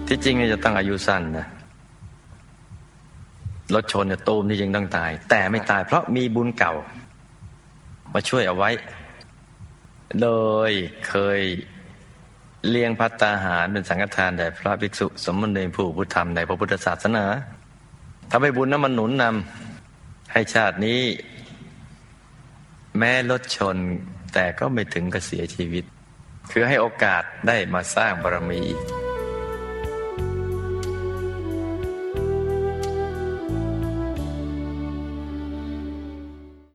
ที่จริงเนี่ยจะต้องอายุสั้นนะรถชนเนี่ยตูมที่จริงต้องตายแต่ไม่ตายเพราะมีบุญเก่ามาช่วยเอาไว้โดยเคยเลี้ยงภัตตาหารเป็นสังฆทานแด่พระภิกษุสมณเณรผู้พุทธธรรมในพระพุทธศาสนาทำให้บุญนั้นมันหนุนนำให้ชาตินี้แม้รถชนแต่ก็ไม่ถึงกับเสียชีวิตคือให้โอกาสได้มาสร้างบารมีอีก